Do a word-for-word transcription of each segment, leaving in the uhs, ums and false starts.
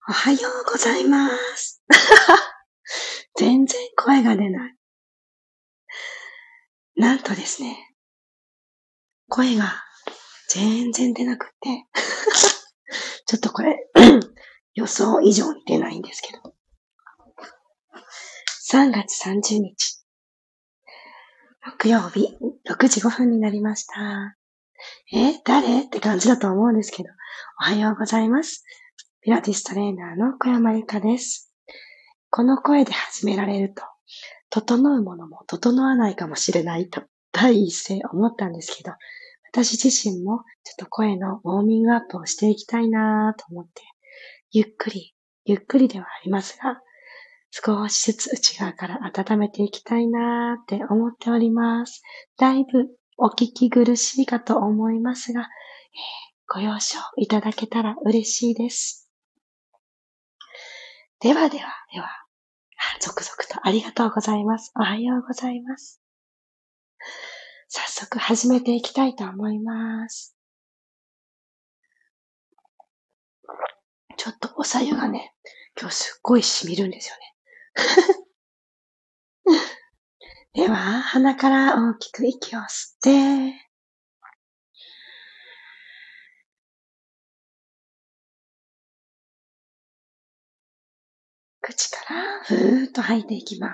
おはようございます。全然声が出ない。なんとですね、声が全然出なくって、ちょっとこれ、予想以上に出ないんですけど。さんがつさんじゅうにち、木曜日、ろくじごふんになりました。え、誰って感じだと思うんですけど、おはようございます。ピラティストレーナーの小山由かです。この声で始められると、整うものも整わないかもしれないと、第一声思ったんですけど、私自身もちょっと声のウォーミングアップをしていきたいなと思って、ゆっくり、ゆっくりではありますが、少しずつ内側から温めていきたいなって思っております。だいぶお聞き苦しいかと思いますが、えー、ご容赦いただけたら嬉しいです。ではでは、では、続々とありがとうございます。おはようございます。早速始めていきたいと思います。ちょっとおさゆがね、今日すっごい染みるんですよね。では、鼻から大きく息を吸って、口からふーっと吐いていきます。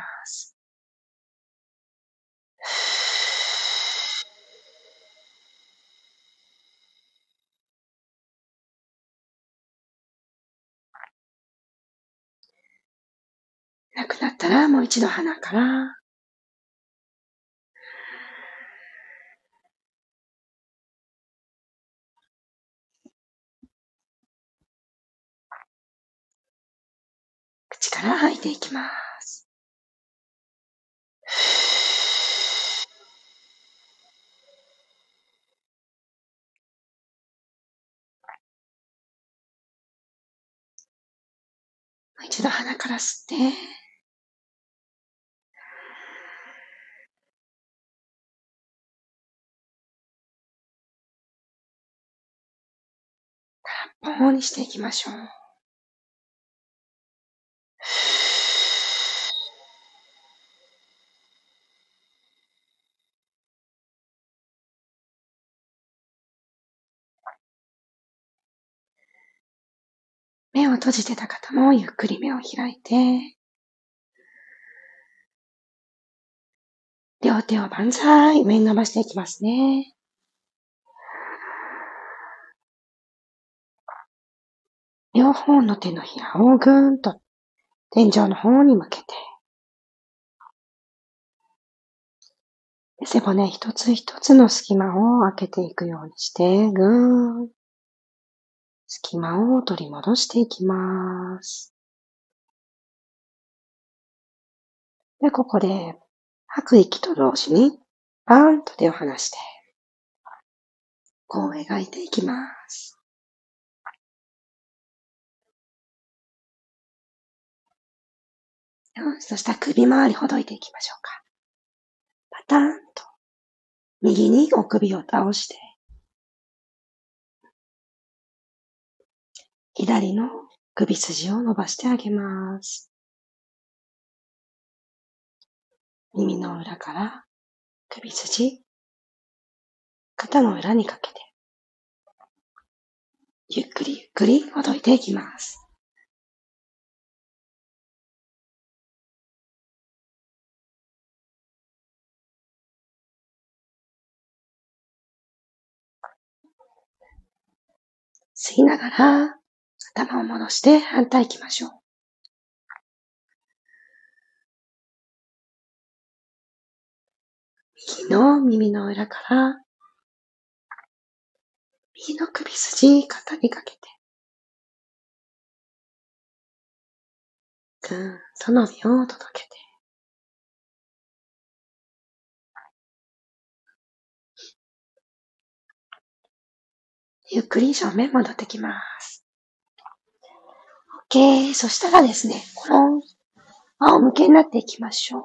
なくなったらもう一度鼻から、口から吐いていきます。もう一度鼻から吸って、空っぽにしていきましょう。目を閉じてた方もゆっくり目を開いて、両手を万歳、上に伸ばしていきますね。両方の手のひらをぐーんと天井の方に向けて、背骨一つ一つの隙間を開けていくようにして、ぐーん、隙間を取り戻していきます。で、ここで、吐く息と同時に、バーンと手を離して、こう描いていきます。そしたら首周りほどいていきましょうか。パターンと、右にお首を倒して、左の首筋を伸ばしてあげます。耳の裏から首筋、肩の裏にかけて、ゆっくりゆっくりほどいていきます。吸いながら、頭を戻して反対行きましょう。右の耳の裏から、右の首筋、肩にかけて、ぐーんと伸びを届けて、ゆっくり正面戻ってきます。OK。そしたらですね、この仰向けになっていきましょう。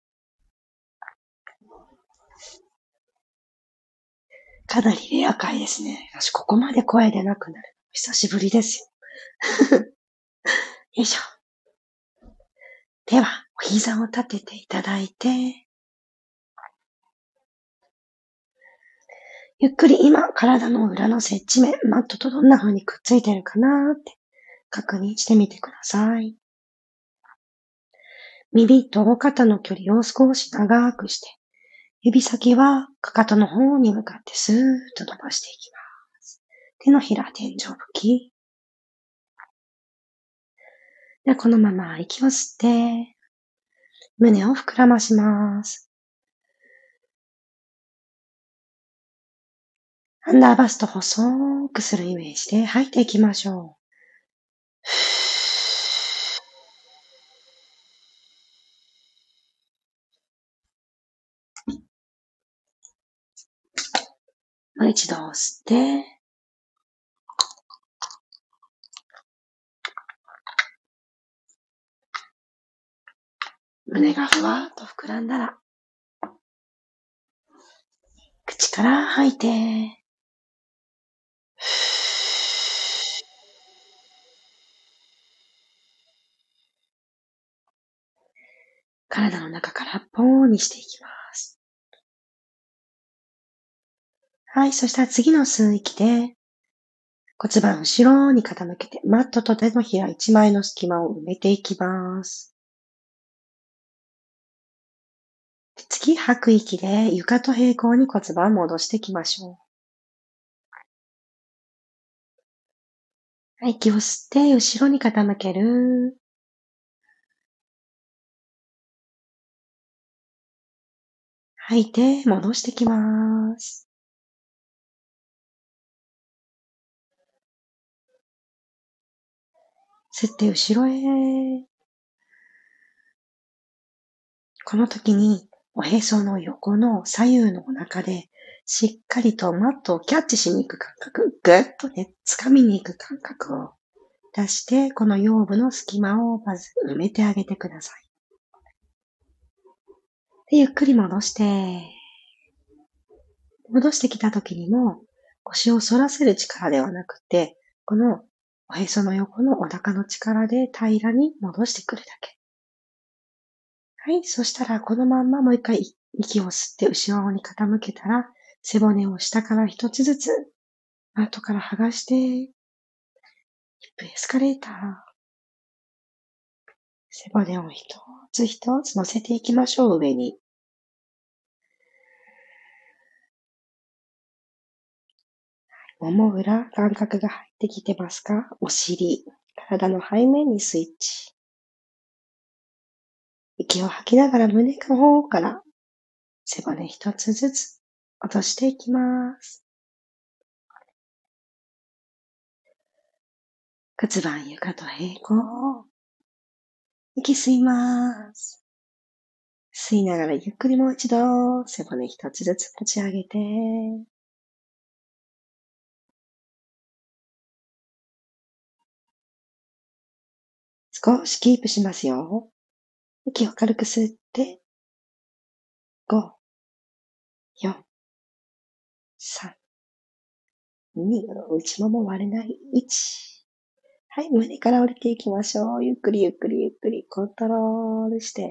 かなりレア回ですね。私ここまで声出なくなる。久しぶりですよ。 よいしょ。では、お膝を立てていただいて、ゆっくり今、体の裏の接地面、マットとどんな風にくっついてるかなって確認してみてください。耳と肩の距離を少し長くして、指先はかかとの方に向かってスーッと伸ばしていきます。手のひら天井拭き。で、このまま息を吸って、胸を膨らまします。アンダーバスト細くするイメージで吐いていきましょう。もう一度吸って、胸がふわっと膨らんだら、口から吐いて、体の中からポーにしていきます。はい、そしたら次の吸う息で、骨盤後ろに傾けて、マットと手のひら一枚の隙間を埋めていきます。次、吐く息で床と平行に骨盤戻していきましょう。はい、息を吸って、後ろに傾ける。吐いて、戻してきます。吸って後ろへ。この時に、おへその横の左右のお腹で、しっかりとマットをキャッチしに行く感覚、ぐっとね、掴みに行く感覚を出して、この腰部の隙間をまず埋めてあげてください。で、ゆっくり戻して、戻してきた時にも、腰を反らせる力ではなくて、このおへその横のお腹の力で平らに戻してくるだけ。はい。そしたら、このまんまもう一回息を吸って後ろに傾けたら、背骨を下から一つずつ、後から剥がして、ヒップエスカレーター。背骨を一つ一つ乗せていきましょう、上に。もも裏、感覚が入ってきてますか？お尻、体の背面にスイッチ。息を吐きながら胸の方から背骨一つずつ落としていきます。骨盤床と平行。息吸います。吸いながらゆっくりもう一度背骨一つずつ持ち上げて、少しキープしますよ。息を軽く吸って、ご、よん、さん、に、内もも割れない、いち。はい、胸から降りていきましょう。ゆっくりゆっくりゆっくりコントロールして、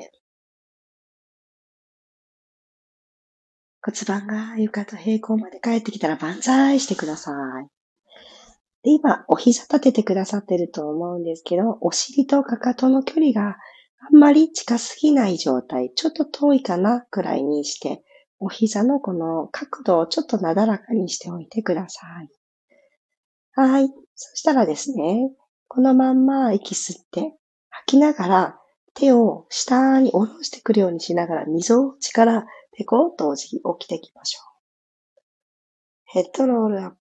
骨盤が床と平行まで帰ってきたら万歳してください。で、今、お膝立ててくださってると思うんですけど、お尻とかかとの距離があんまり近すぎない状態、ちょっと遠いかなくらいにして、お膝のこの角度をちょっとなだらかにしておいてください。はい。そしたらですね、このまんま息吸って、吐きながら手を下に下ろしてくるようにしながら、溝落ちからペコッと起きていきましょう。ヘッドロールアップ。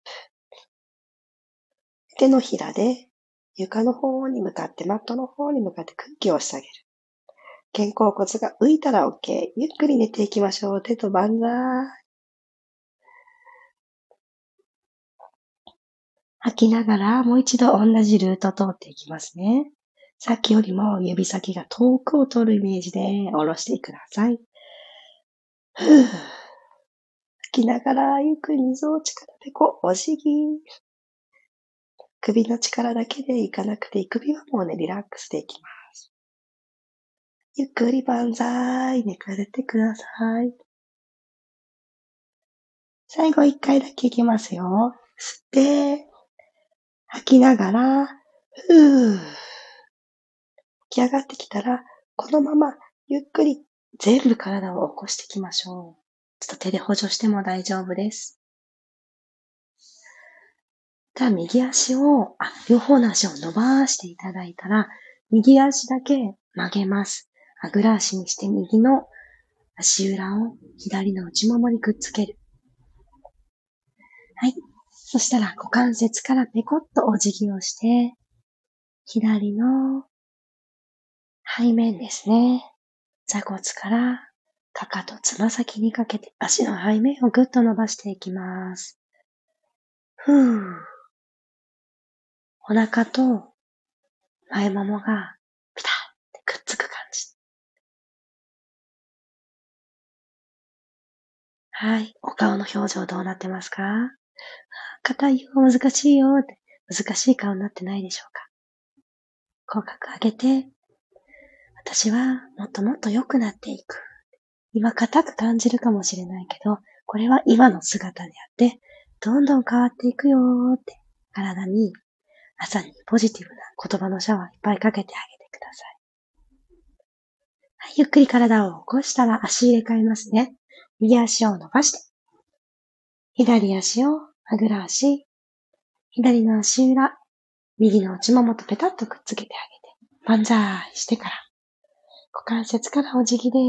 手のひらで床の方に向かって、マットの方に向かって空気を押し下げる。肩甲骨が浮いたら OK。ゆっくり寝ていきましょう。手と万歳。吐きながらもう一度同じルート通っていきますね。さっきよりも指先が遠くを通るイメージで下ろしてください。ふぅ。吐きながらゆっくり溝落ちからペコ、お辞儀。 首の力だけでいかなくて、首はもうね、リラックスできます。ゆっくり万歳、寝かせてください。最後一回だけいきますよ。吸って、吐きながら、ふー。起き上がってきたら、このままゆっくり全部体を起こしていきましょう。ちょっと手で補助しても大丈夫です。じゃあ右足を、あ、両方の足を伸ばしていただいたら、右足だけ曲げます。あぐら足にして右の足裏を左の内ももにくっつける。はい。そしたら股関節からペコッとお辞儀をして、左の背面ですね。座骨からかかとつま先にかけて足の背面をぐっと伸ばしていきます。ふぅ。お腹と前ももがピタッてくっつく感じ。はい。お顔の表情どうなってますか？硬いよ、難しいよって、難しい顔になってないでしょうか？口角上げて、私はもっともっと良くなっていく。今硬く感じるかもしれないけど、これは今の姿であって、どんどん変わっていくよーって体に朝にポジティブな言葉のシャワーいっぱいかけてあげてください。はい、ゆっくり体を起こしたら足入れ替えますね。右足を伸ばして、左足をあぐら足、左の足裏、右の内ももとペタッとくっつけてあげて、万歳してから、股関節からお辞儀です。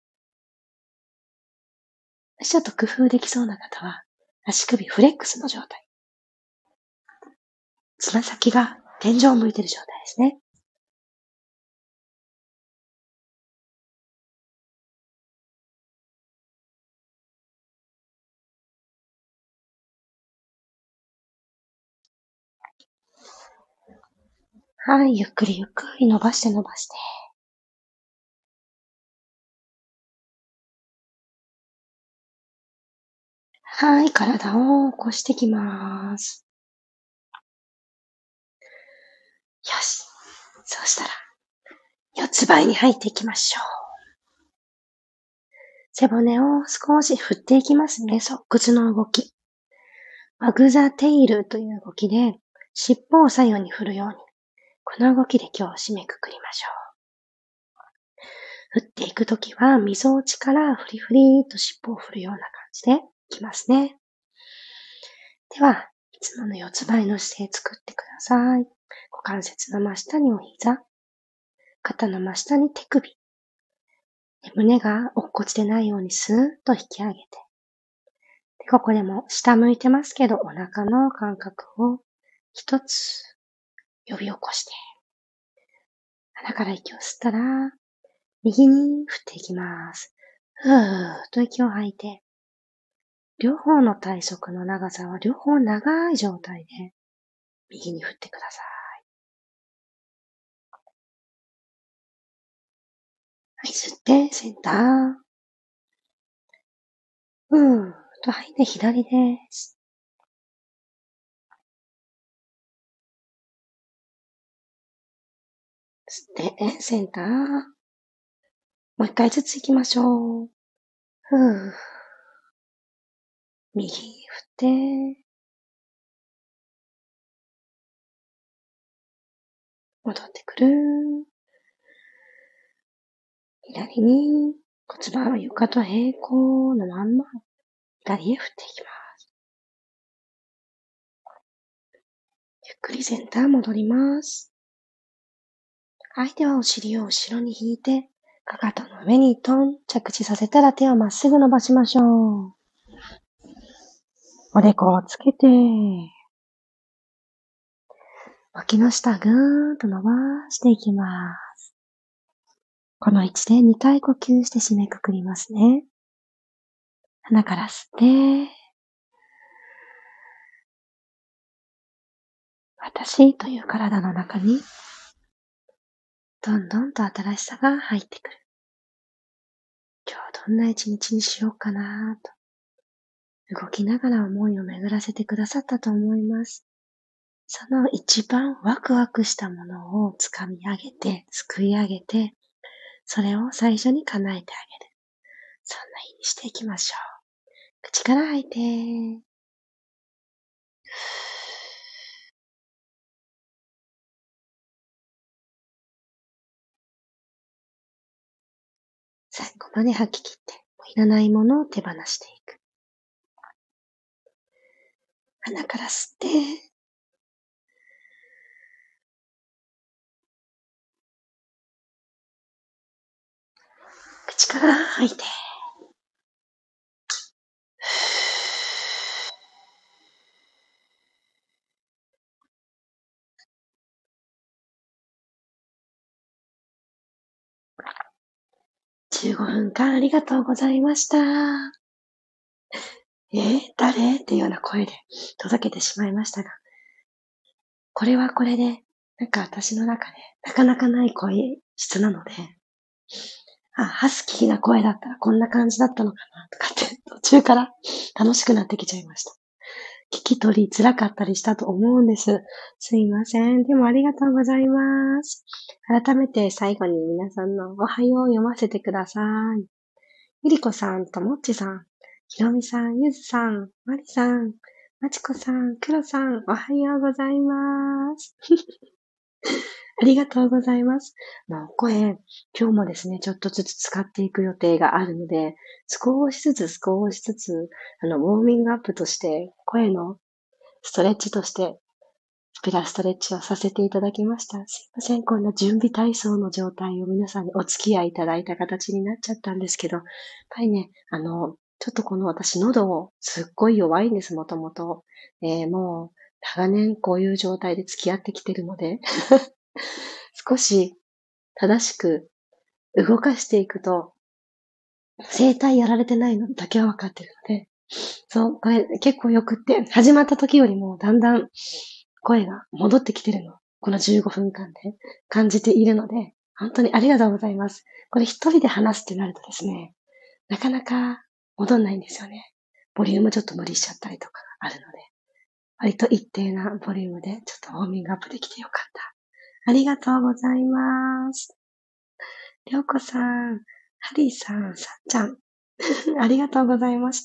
ちょっと工夫できそうな方は、足首フレックスの状態。つま先が天井を向いている状態ですね。はい、ゆっくりゆっくり伸ばして伸ばして。はい、体を起こしてきます。よし。そうしたら、四つ倍に入っていきましょう。背骨を少し振っていきますね。側屈の動き。ワグザテイルという動きで、尻尾を左右に振るように。この動きで今日締めくくりましょう。振っていくときは、溝落ちからフリフリーと尻尾を振るような感じでいきますね。では、いつもの四つ倍の姿勢作ってください。股関節の真下にお膝、肩の真下に手首。胸が落っこちてないようにスーッと引き上げて。でここでも下向いてますけど、お腹の感覚を一つ呼び起こして。鼻から息を吸ったら、右に振っていきます。ふーっと息を吐いて、両方の体側の長さは両方長い状態で、右に振ってください。はい、吸って、センター。ふーっと吐いて左です。吸って、センター。もう一回ずつ行きましょう。ふー。右に振って、戻ってくる。左に骨盤は床と平行のまんま、左へ振っていきます。ゆっくりセンター戻ります。はい、ではお尻を後ろに引いて、かかとの上にトン、着地させたら手をまっすぐ伸ばしましょう。おでこをつけて、脇の下ぐーんと伸ばしていきます。この位置でにかい呼吸して締めくくりますね。鼻から吸って、私という体の中に、どんどんと新しさが入ってくる。今日どんな一日にしようかなと、動きながら思いを巡らせてくださったと思います。 その一番ワクワクしたものをつかみ上げて、すくい上げて、それを最初に叶えてあげる。そんな日にしていきましょう。口から吐いて、最後まで吐き切って、もういらないものを手放していく。鼻から吸って、口から吐いて、じゅうごふんかんありがとうございました。えー、誰っていうような声で届けてしまいましたが、これはこれで、なんか私の中でなかなかない声質なので、あ、ハスキーな声だったらこんな感じだったのかなとかって途中から楽しくなってきちゃいました。聞き取りづらかったりしたと思うんです。すいません。でもありがとうございます。改めて最後に皆さんのおはようを読ませてください。ゆりこさんともっちさん、ひろみさん、ゆずさん、まりさん、まちこさん、くろさん、おはようございます。ありがとうございます。もう声、今日もですね、ちょっとずつ使っていく予定があるので、少しずつ少しずつ、あの、ウォーミングアップとして、声のストレッチとして、スピラストレッチをさせていただきました。すいません。こんな準備体操の状態を皆さんにお付き合いいただいた形になっちゃったんですけど、やっぱりね、あの、ちょっとこの私喉をすっごい弱いんです、もともと。えー、もう、長年こういう状態で付き合ってきてるので、少し正しく動かしていくと、声帯やられてないのだけは分かってるので、そう、これ結構よくって、始まった時よりもだんだん声が戻ってきてるの。このじゅうごふんかんで感じているので、本当にありがとうございます。これ一人で話すってなるとですね、なかなか戻んないんですよね。ボリュームちょっと無理しちゃったりとかあるので、割と一定なボリュームでちょっとウォーミングアップできてよかった。ありがとうございます。りょうこさん、ハリーさん、さっちゃん、ありがとうございました。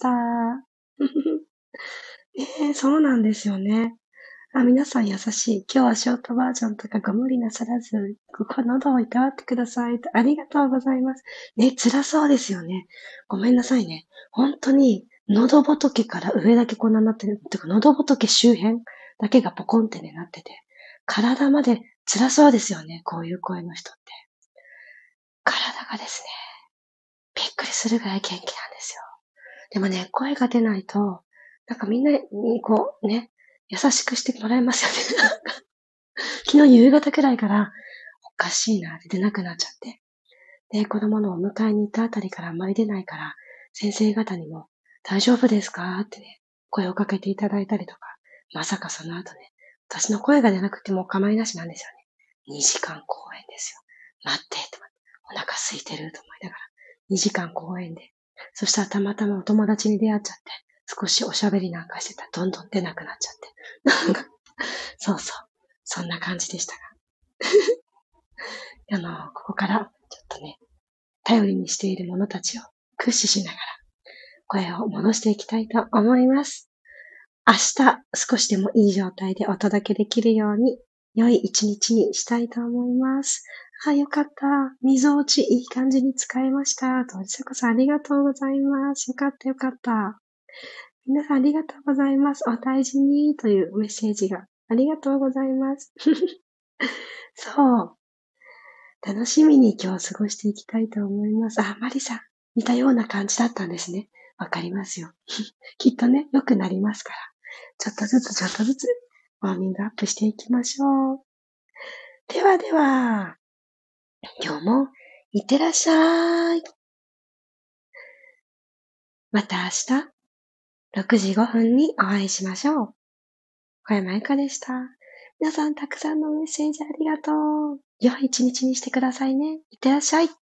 えー、そうなんですよね。あ、皆さん優しい。今日はショートバージョンとかご無理なさらず、ここ喉をいたわってください。ありがとうございます。ね、辛そうですよね。ごめんなさいね。本当に、喉仏から上だけこんなになってる。てか、喉仏周辺だけがポコンってね、なってて。体まで辛そうですよね。こういう声の人って。体がですね、びっくりするぐらい元気なんですよ。でもね、声が出ないと、なんかみんなにこうね、優しくしてもらえますよね。昨日夕方くらいから、おかしいなって出なくなっちゃって。で、子供のお迎えに行ったあたりからあんまり出ないから、先生方にも、大丈夫ですかってね、声をかけていただいたりとか、まさかその後ね、私の声が出なくても構いなしなんですよね。にじかん公演ですよ。待ってって、お腹空いてると思いながら、にじかん公演で。そしたらたまたまお友達に出会っちゃって、少しおしゃべりなんかしてたらどんどん出なくなっちゃって。なんか、そうそう。そんな感じでしたが。あの、ここからちょっとね、頼りにしている者たちを駆使しながら声を戻していきたいと思います。明日少しでもいい状態でお届けできるように良い一日にしたいと思います。あ、よかった。溝落ちいい感じに使えました。とりさこさんありがとうございます。よかったよかった。皆さんありがとうございます。お大事にというメッセージがありがとうございます。そう。楽しみに今日過ごしていきたいと思います。あ、マリさん、似たような感じだったんですね。わかりますよ。きっとね、良くなりますから。ちょっとずつちょっとずつ、ウォーミングアップしていきましょう。ではでは、今日もいってらっしゃい。また明日、ろくじごふんにお会いしましょう。小山由かでした。皆さんたくさんのメッセージありがとう。良い一日にしてくださいね。いってらっしゃい。